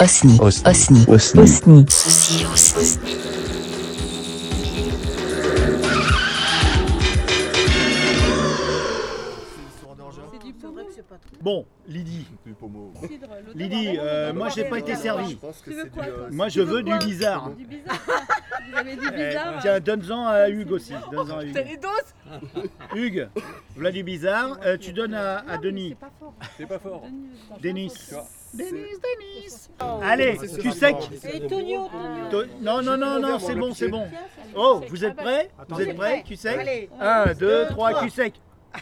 Osni. Osni. Osni. Osni. Ceci Osni. Bon, Lydie. Lydie, moi j'ai pas été servi. Moi je veux du bizarre. Du bizarre. Vous avez du bizarre. Tiens, donne-en à Hugues aussi. Donne-en à Hugues. T'as les doses. Hugues, voilà du bizarre. Tu donnes à Denis. C'est pas fort. Denis. Allez, cul sec. Non, c'est bon. Oh, vous êtes prêts? Vous êtes prêts? Cul sec. 1, 2, 3, cul sec.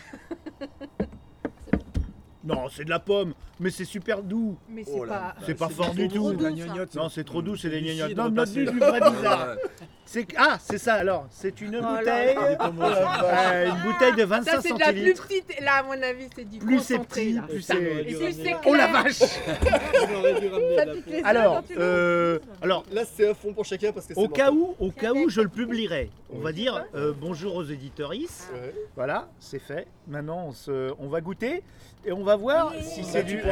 Non, c'est de la pomme, mais c'est super doux. Mais C'est pas fort du tout. Non, c'est trop doux, c'est des gnognottes. Non, non, du vrai bizarre. C'est ça alors. C'est une bouteille. Une bouteille de 25 ça, c'est de la plus centilitres. petite. Là, à mon avis, c'est du Plus c'est concentré, petit, là. plus Ça. c'est. Et plus c'est Oh la clair. vache! Ça pique les yeux Alors, quand tu l'ouvres. alors, Là, c'est à fond pour chacun parce que c'est au cas où je le publierai, on va dire bonjour aux éditeuristes. Ouais. Voilà, c'est fait. Maintenant, on va goûter et on va voir si c'est du.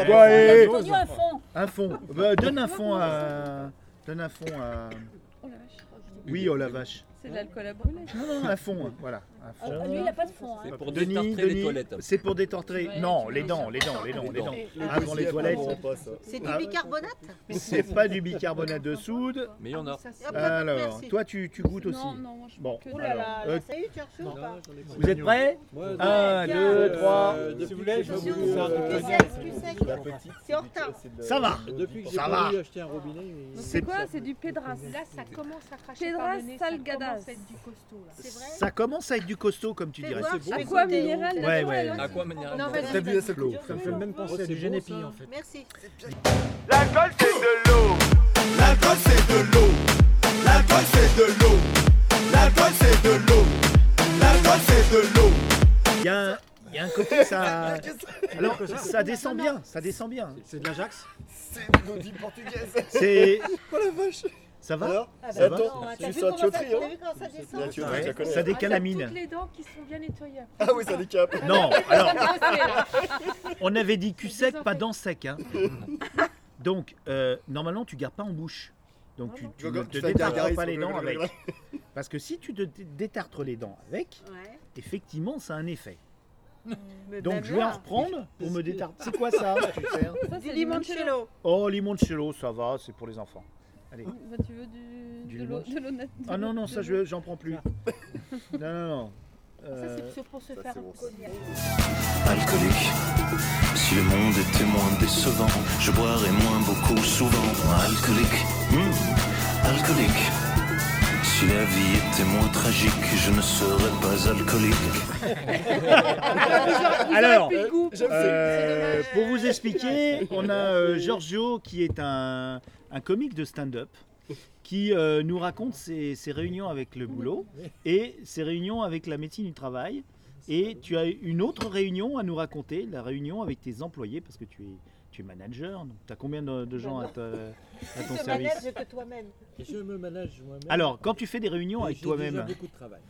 Un fond. Bah, donne un fond à. Donne un fond à. Oh la vache. Oui, oh la vache. C'est de l'alcool à brûler. Non, un fond, hein, voilà. Un fond. Lui, il n'a pas de fond. Hein. C'est pour Denis, détartrer les Denis, toilettes. c'est pour détartrer. Non, les dents. Avant les toilettes. C'est du Ah. bicarbonate? C'est pas du bicarbonate de soude. Mais il y en a. Alors, Merci. toi, tu goûtes aussi. Non, non, moi je Bon, que Oh de là alors, là, ça y est, tu as reçu ou pas? vous êtes prêts? 1, 2, 3. Si vous voulez, je vais vous faire Plus sec. C'est en retard. Ça va. Depuis que j'ai Ça pas va. voulu acheter un robinet. Donc c'est quoi? C'est du Pedras. Là, ça commence à cracher Pedras par le nez, ça salgadas. commence à être du costaud là. C'est vrai? Ça commence à être du costaud, comme tu Fais dirais. voir, C'est je vais Aqua goûter. minéral Ouais, naturel, ouais. hein. Aqua minéral. Non, vas-y, T'as bu la seule Ça me fait même penser à du Génépi en fait. Merci. L'alcool c'est de l'eau. L'alcool c'est de l'eau. L'alcool c'est de l'eau. L'alcool c'est de l'eau. L'alcool c'est de l'eau. Il y a un côté, ça. Alors, ça descend bien. Ça descend bien. C'est de l'Ajax. C'est l'audit portugaise. C'est. Oh la vache. Ça va? Alors, Ça va? attends, tu sens la tuyauterie, T'as hein? vu quand ça descend? La tuyauterie, Ouais, tu la connais. ça décalamine. Toutes les dents qui sont bien nettoyées. Ah oui, ça décape. Non, alors, on avait dit cul sec, pas dents sec. Hein. Donc, normalement, tu gardes pas en bouche. Donc, tu ne te détartres pas les dents avec. Parce que si tu te détartres les dents avec, Ouais. effectivement, ça a un effet. Mais Donc, je vais en reprendre pour me détartrer. C'est quoi ça, tu sais? Ça, Du c'est limoncello. Oh, limoncello, ça va, c'est pour les enfants. Allez. Bah, tu veux Du de l'eau naturelle. Ah non, ça, j'en prends plus. Non. Ça, c'est pour se faire bon. Alcoolique. Si le monde était moins décevant, je boirais moins beaucoup souvent. Alcoolique. Alcoolique. Si la vie était moins tragique, je ne serais pas alcoolique. Alors, J'aime pour vous expliquer, on a Giorgio qui est un comique de stand-up qui nous raconte ses réunions avec le boulot et ses réunions avec la médecine du travail. Et tu as une autre réunion à nous raconter, la réunion avec tes employés, parce que tu es manager. Tu as combien de gens à ton Tu te service? manages que toi-même. Et je me manage moi-même. Alors, quand tu fais des réunions Et avec j'ai déjà toi-même, beaucoup de travail.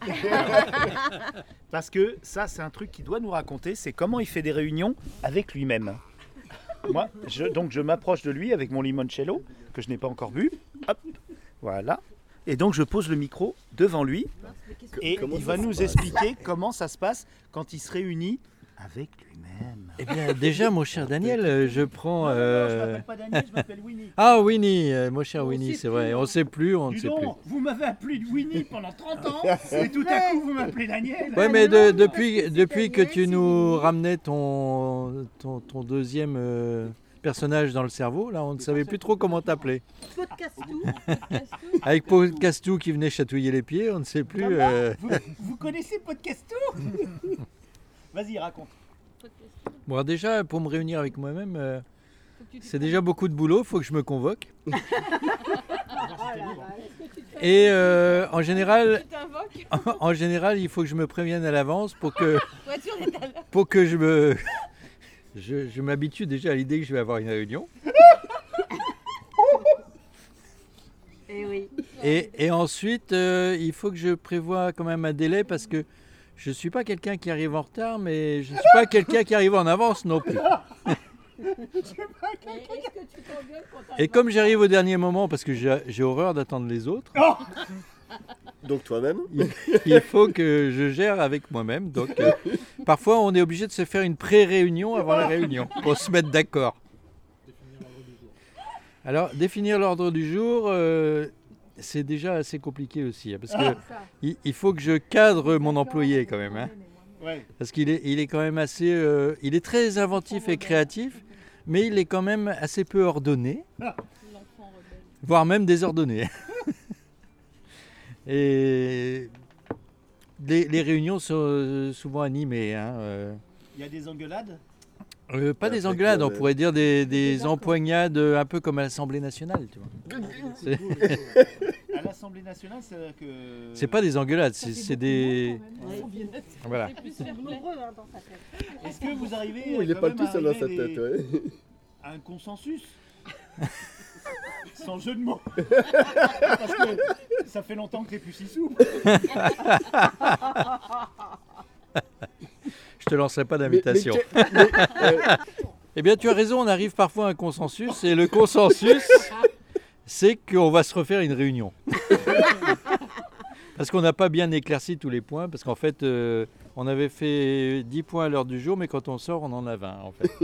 parce que ça, c'est un truc qu'il doit nous raconter, c'est comment il fait des réunions avec lui-même. Moi, donc je m'approche de lui avec mon limoncello, que je n'ai pas encore bu. Hop, voilà. Et donc je pose le micro devant lui et Comment il ça va se nous passe expliquer comment ça se passe quand il se réunit avec lui-même. Eh bien, déjà, mon cher Daniel, je prends. Non, je m'appelle pas Daniel, je m'appelle Winnie. Ah, Winnie, mon cher On Winnie, sait c'est plus, vrai. hein. On ne sait plus, on ne Dis sait plus. donc, vous m'avez appelé Winnie pendant 30 ans et tout à coup vous m'appelez Daniel. Ouais, mais depuis que tu nous ramenais ton deuxième personnage dans le cerveau, là, on ne savait plus trop comment t'appeler. Podcastou. Avec Podcastou qui venait chatouiller les pieds, on ne sait plus. Vous connaissez Podcastou? Vas-y, raconte. Bon, alors déjà, pour me réunir avec moi-même, c'est déjà beaucoup de boulot, il faut que je me convoque. Et en général, il faut que je me prévienne à l'avance pour que je m'habitue déjà à l'idée que je vais avoir une réunion. Eh oui. Et ensuite, il faut que je prévoie quand même un délai parce que je ne suis pas quelqu'un qui arrive en retard, mais je ne suis pas quelqu'un qui arrive en avance non plus. Et comme j'arrive au dernier moment, parce que j'ai horreur d'attendre les autres, Donc toi-même. il faut que je gère avec moi-même. Donc parfois, on est obligé de se faire une pré-réunion avant la réunion pour se mettre d'accord. Alors, définir l'ordre du jour, c'est déjà assez compliqué aussi, hein, parce que il faut que je cadre mon employé quand même. Hein. Ouais. Parce qu'il est quand même assez... il est très inventif et créatif, mais il est quand même assez peu ordonné, voire même désordonné. Et les réunions sont souvent animées. Hein, Il y a des engueulades? pas des engueulades, on pourrait dire des empoignades un peu comme à l'Assemblée nationale. Tu vois. À l'Assemblée nationale, c'est-à-dire que... C'est pas des engueulades, c'est des... Voilà. Est-ce que vous arrivez Il est quand pas même tout seul dans sa arriver tête, ouais. à un consensus? Sans jeu de mots. Parce que ça fait longtemps que t'es plus si sous. Je te lancerai pas d'invitation. Eh bien, tu as raison, on arrive parfois à un consensus, et le consensus, c'est qu'on va se refaire une réunion. Parce qu'on n'a pas bien éclairci tous les points, parce qu'en fait, on avait fait 10 points à l'heure du jour, mais quand on sort, on en a 20, en fait.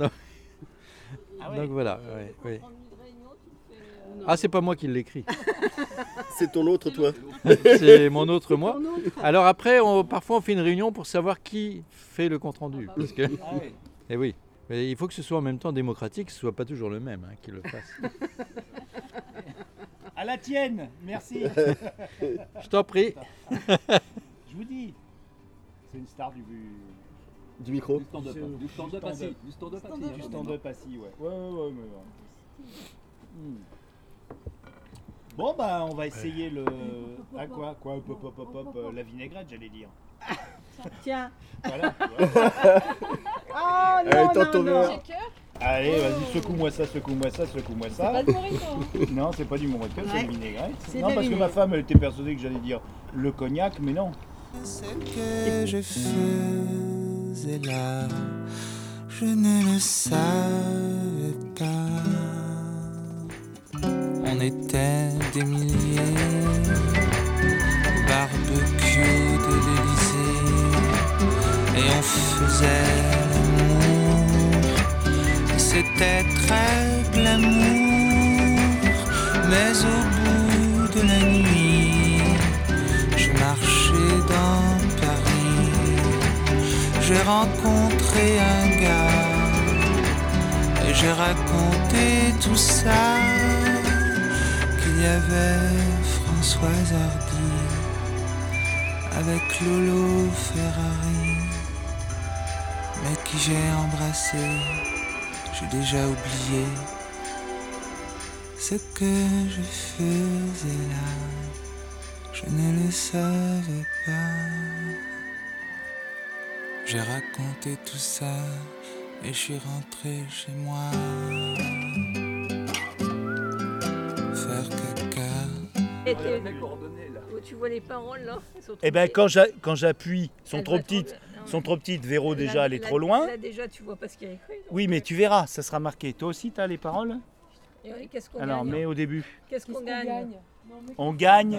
Donc voilà. Ouais. Ah, c'est pas moi qui l'écris. C'est ton autre toi. C'est mon autre moi. Alors après, parfois on fait une réunion pour savoir qui fait le compte-rendu. Parce que... Eh oui, mais il faut que ce soit en même temps démocratique, que ce soit pas toujours le même qui le fasse. À la tienne, merci. Je t'en prie. Je vous dis, c'est une star Du micro. du stand-up assis. Du stand-up assis, ouais. Ouais, mais... Bon, bah, on va essayer le... Ah, quoi la vinaigrette, j'allais dire. Tiens. Voilà. Oh Allez, tente ton verre. Allez, vas-y, secoue-moi ça. Pas de morito. Non, c'est pas du morito, c'est Ouais. une vinaigrette. C'est Non, de la parce que ma vinaigrette. femme, elle était persuadée que j'allais dire le cognac, mais non. Ce que je faisais là, je ne le savais pas. On était des milliers au barbecue de l'Élysée et on faisait l'amour. Et c'était très glamour, mais au bout de la nuit, je marchais dans Paris. J'ai rencontré un gars et j'ai raconté tout ça. Il y avait Françoise Hardy avec Lolo Ferrari, mais qui j'ai embrassé, j'ai déjà oublié ce que je faisais là, je ne le savais pas. J'ai raconté tout ça et je suis rentré chez moi. Tu vois les paroles là? Eh ben, quand j'appuie, sont trop petites. Véro, déjà, elle est trop loin. Là déjà, tu vois pas ce qu'il y a écrit. Oui, mais tu verras, ça sera marqué. Toi aussi, tu as les paroles? Et qu'est-ce qu'on Alors, gagne? mais au début. Qu'est-ce qu'on gagne? On gagne.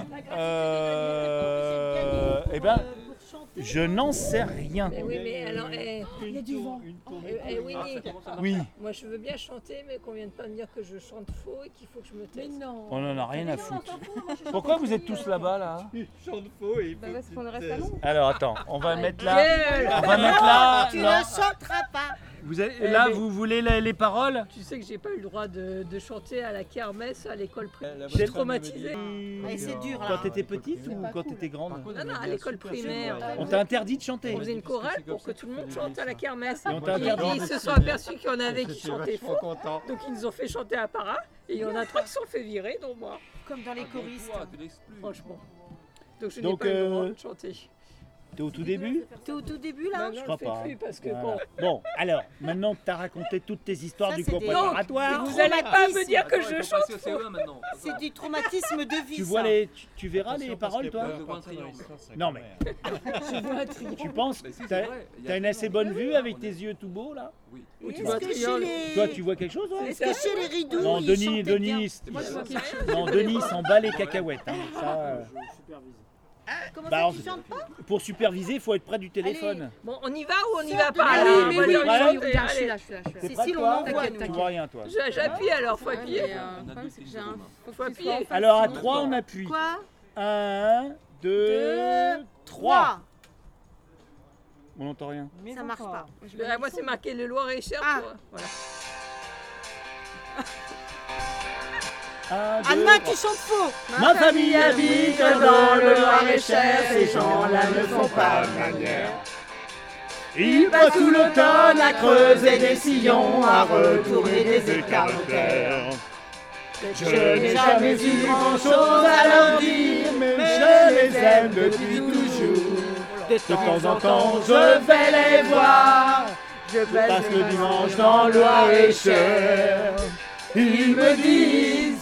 Eh ben, je n'en sais rien. Mais oui, mais alors, Il y a du vent. Winnie, Oui, moi je veux bien chanter, mais qu'on vienne pas me dire que je chante faux et qu'il faut que je me Mais taise. non. on en a rien à foutre. Pourquoi vous êtes tous là-bas, là? Bah parce qu'on reste à Londres. Alors, attends, on va mettre là. Gueule! On va mettre là. Tu non. ne chanteras pas! Là, vous voulez les paroles? Tu sais que j'ai pas eu le droit de chanter à la kermesse à l'école primaire. J'ai Traumatisée. Et c'est dur, Quand t'étais petite ou quand t'étais grande? Non, non, à l'école primaire. On t'a interdit de chanter. On faisait une chorale pour que tout le monde chante à la kermesse. Et on t'a interdit. Ils se sont aperçus qu'il y en avait qui chantaient faux. Donc ils nous ont fait chanter à para. Et il y en a 3 qui sont fait virer, dont moi. Comme dans les choristes. Franchement. Donc je n'ai Donc, pas eu le droit de chanter. T'es au tout début? T'es au tout début là? Je crois pas. Parce que Voilà. Bon, alors, maintenant que t'as raconté toutes tes histoires Ça, du c'est cours des- préparatoire, vous allez pas me dire que je chante. C'est du traumatisme de vie. tu ça. vois tu verras les paroles, toi? Non, mais tu penses que t'as une assez bonne vue avec tes yeux tout beaux, là? Ou tu Est-ce vois que triangle. chez les... Toi, tu vois quelque chose, toi? Est-ce que chez les rideaux, Non, ils Denis, chantaient bien Moi, je vois quelque chose. non, Denis s'en bat les cacahuètes. Hein. Ça, Comment Bah, ça, tu chantes pas? pour superviser, il faut être près du téléphone. Bon, on y va ou on n'y Sors va de pas? là. Allez, Allez, on mais va oui, dire ouais. une chose, Je suis là, allez. je suis là. T'es C'est prêt, si toi? l'on m'envoie, Tu nous. vois rien, toi. J'appuie alors, faut appuyer. Le problème, c'est que j'ai un. Faut appuyer. Alors, à 3, on appuie. Quoi? 1, 2, 3. On n'entend rien. Ça marche pas. Moi, c'est marqué le Loir-et-Cher. Ah. Voilà. 1, 2, Anna, tu chantes faux. Ma famille habite dans le Loir-et-Cher, ces gens-là ne font pas manière. Ils passent tout l'automne à creuser des sillons, à retourner des écarts de terre. Je n'ai jamais eu grand-chose à leur dire, mais je les aime depuis toujours. De temps en temps, je vais les voir. Je passe le dimanche dans le Loir-et-Cher. Ils me disent,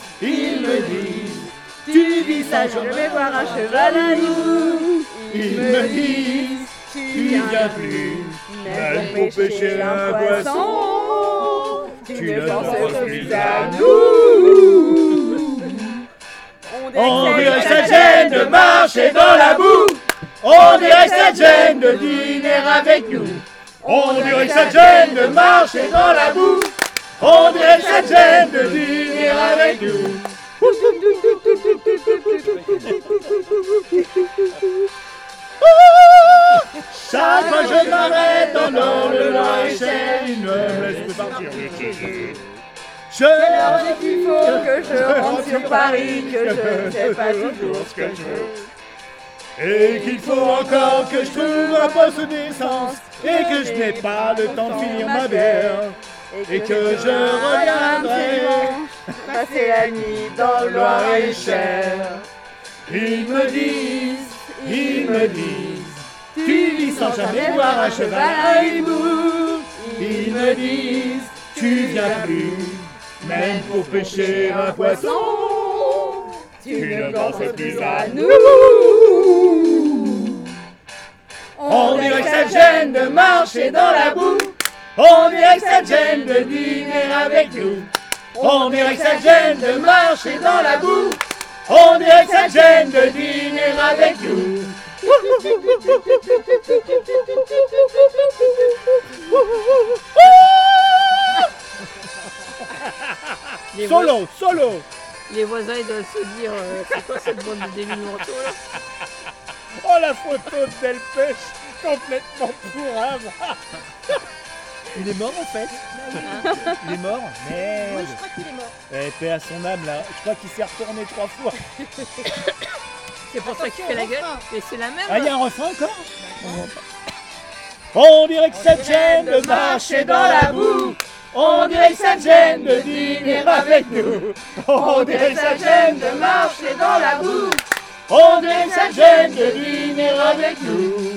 tu dis ça, je vais voir un cheval à nous. Ils me disent, tu viens plus, même pour pêcher un poisson. Tu ne penses plus à nous. On dirait que ça te gêne de marcher dans la boue. On dirait que ça te gêne de dîner avec nous. On dirait que ça te gêne de marcher dans la boue. On dirait que ça te gêne de dîner avec nous. Chaque fois que je m'arrête dans le Loir-et-Cher, ils ne me laissent plus partir de chez eux. Je leur dis qu'il faut que je rentre sur Paris, que je ne fais pas toujours ce que je veux. Et qu'il faut encore que je trouve un poste d'essence, et que je n'ai pas le temps de finir ma bière. Et que je reviendrai passer la nuit dans le Loir-et-Cher. Ils me disent, tu dis sans jamais voir un cheval à hibou. Ils me disent, tu viens plus, même pour pêcher un poisson. Tu ne penses plus à nous. On dirait que ça te gêne de marcher dans la boue. On dirait que ça te gêne de dîner avec nous. On dirait que ça te gêne de marcher dans la boue. On dirait que ça te gêne de dîner avec nous. Solo. Les voisins ils doivent se dire c'est quoi cette bande de démilortos là? Oh, la photo de Delpech, complètement pourrave. Il est mort en fait. Il est mort. Merde. Oui, je crois qu'il est mort. Eh, paix à son âme là. Je crois qu'il s'est retourné 3 fois. C'est pour ça qu'il fait la gueule. Et c'est la même. Ah, il y a un refrain encore? On dirait que ça te gêne de marcher dans la boue. On dirait que ça te gêne de dîner avec nous. On dirait que ça te gêne de marcher dans la boue. On dirait que ça te gêne de dîner avec nous.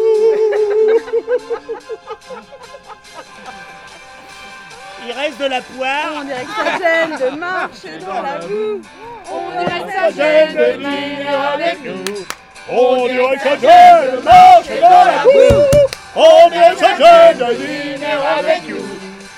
Il reste de la poire. On dirait que ça gêne de marcher dans la boue. On dirait que ça gêne de dîner avec nous. On dirait que ça gêne de marcher dans la boue. On dirait que ça gêne de dîner avec nous.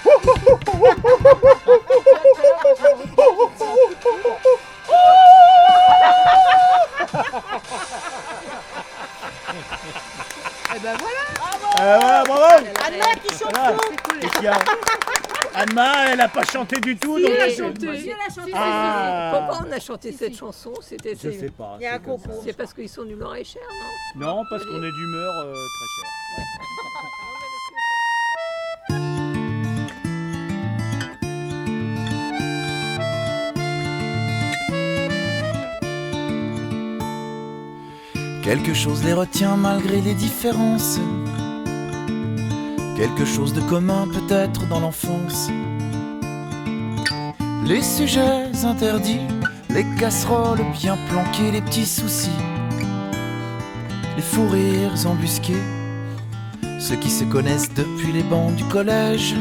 Et ben voilà. Voilà, bravo. Anna qui chante Voilà. faux. Qu'est-ce qu'il y a? Anna, elle a pas chanté du tout. Si, Donc elle a elle- chanté. Si, elle a chanté. Ah. Pourquoi on a chanté cette chanson? C'était. Je sais pas. Il y a un c'est comme ça. concours. C'est parce qu'ils sont du Loir-et-Cher, non? Non, parce qu'on est d'humeur très chère. Quelque chose les retient malgré les différences. Quelque chose de commun peut-être dans l'enfance. Les sujets interdits, les casseroles bien planquées, les petits soucis. les fous rires embusqués, ceux qui se connaissent depuis les bancs du collège,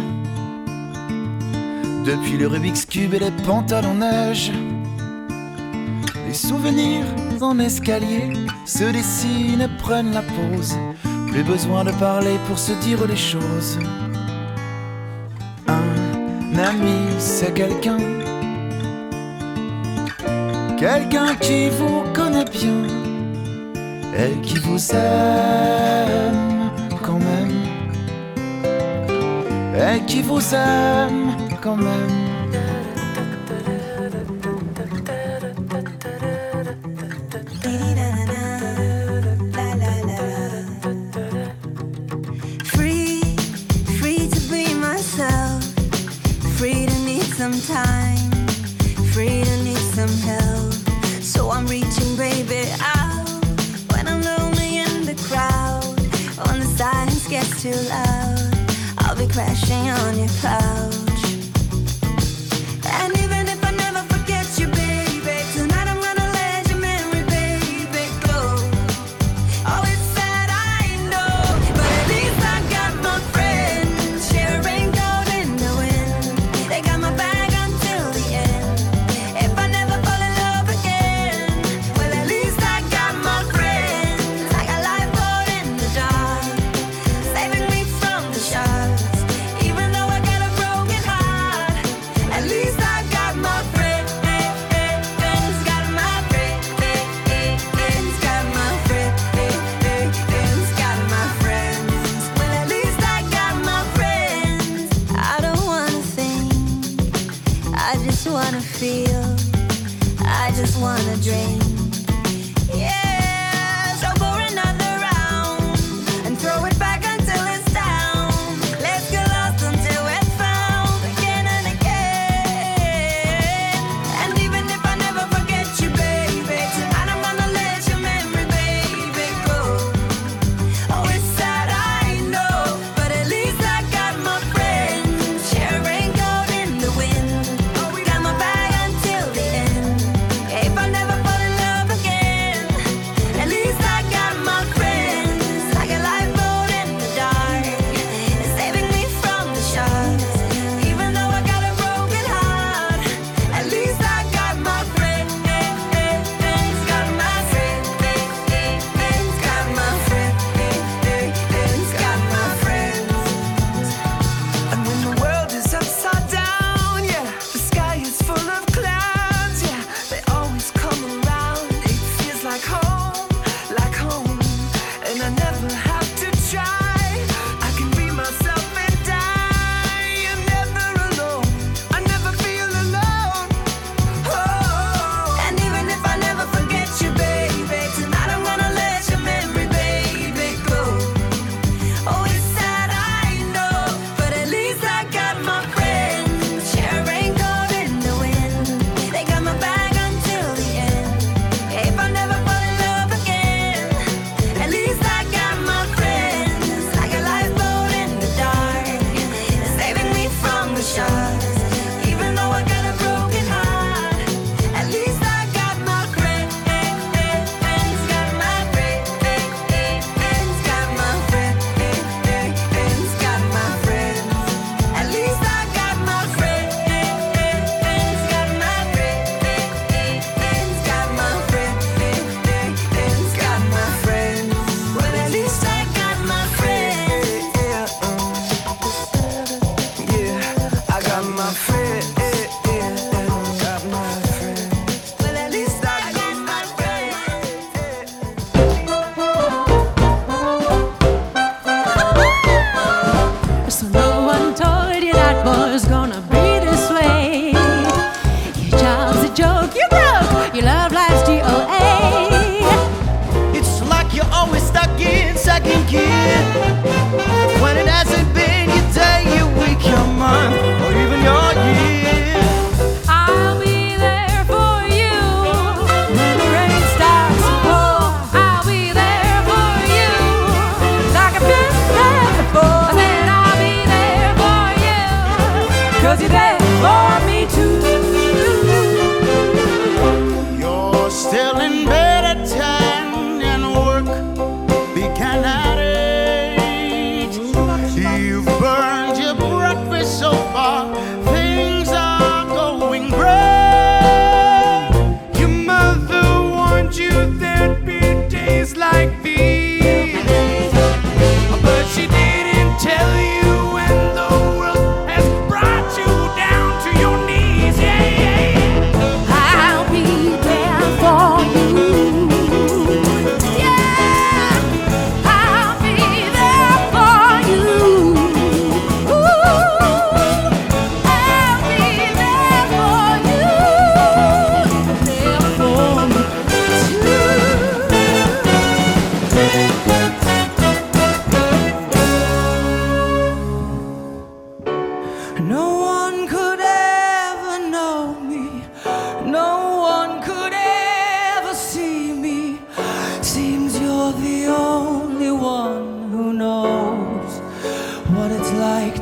depuis le Rubik's Cube et les pantalons neige. Les souvenirs en escalier se dessinent et prennent la pause. Plus besoin de parler pour se dire les choses. Un ami, c'est quelqu'un qui vous connaît bien et qui vous aime quand même, et qui vous aime quand même. Free to be myself, free to need some time, free to need some help. So I'm reaching, baby, out when I'm lonely in the crowd. When the silence gets too loud, I'll be crashing on your couch. And even if I never forget you, baby, tonight I'm gonna let your memory, baby, go. Oh, it's sad, I know, but at least I got my friends sharing gold in the wind. They got my back until the end. If I never fall in love again, well, at least I got my friends. Like a lifeboat in the dark, saving me from the sharks. Even though I got a broken heart, at least I got my friends. Got my friends. Got my friends. Got my friends. Well, at least I got my friends. I don't wanna think, I just wanna feel, I just wanna drink. Yeah, so pour another round and throw it back until it's down. Let's get lost until we're found again and again. And even if I never forget you, baby, tonight I'm gonna let your memory, baby, go. Oh, it's sad, I know, but at least I got my friends sharing gold in the wind. Got my back until the end. If I never fall in love again,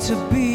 to be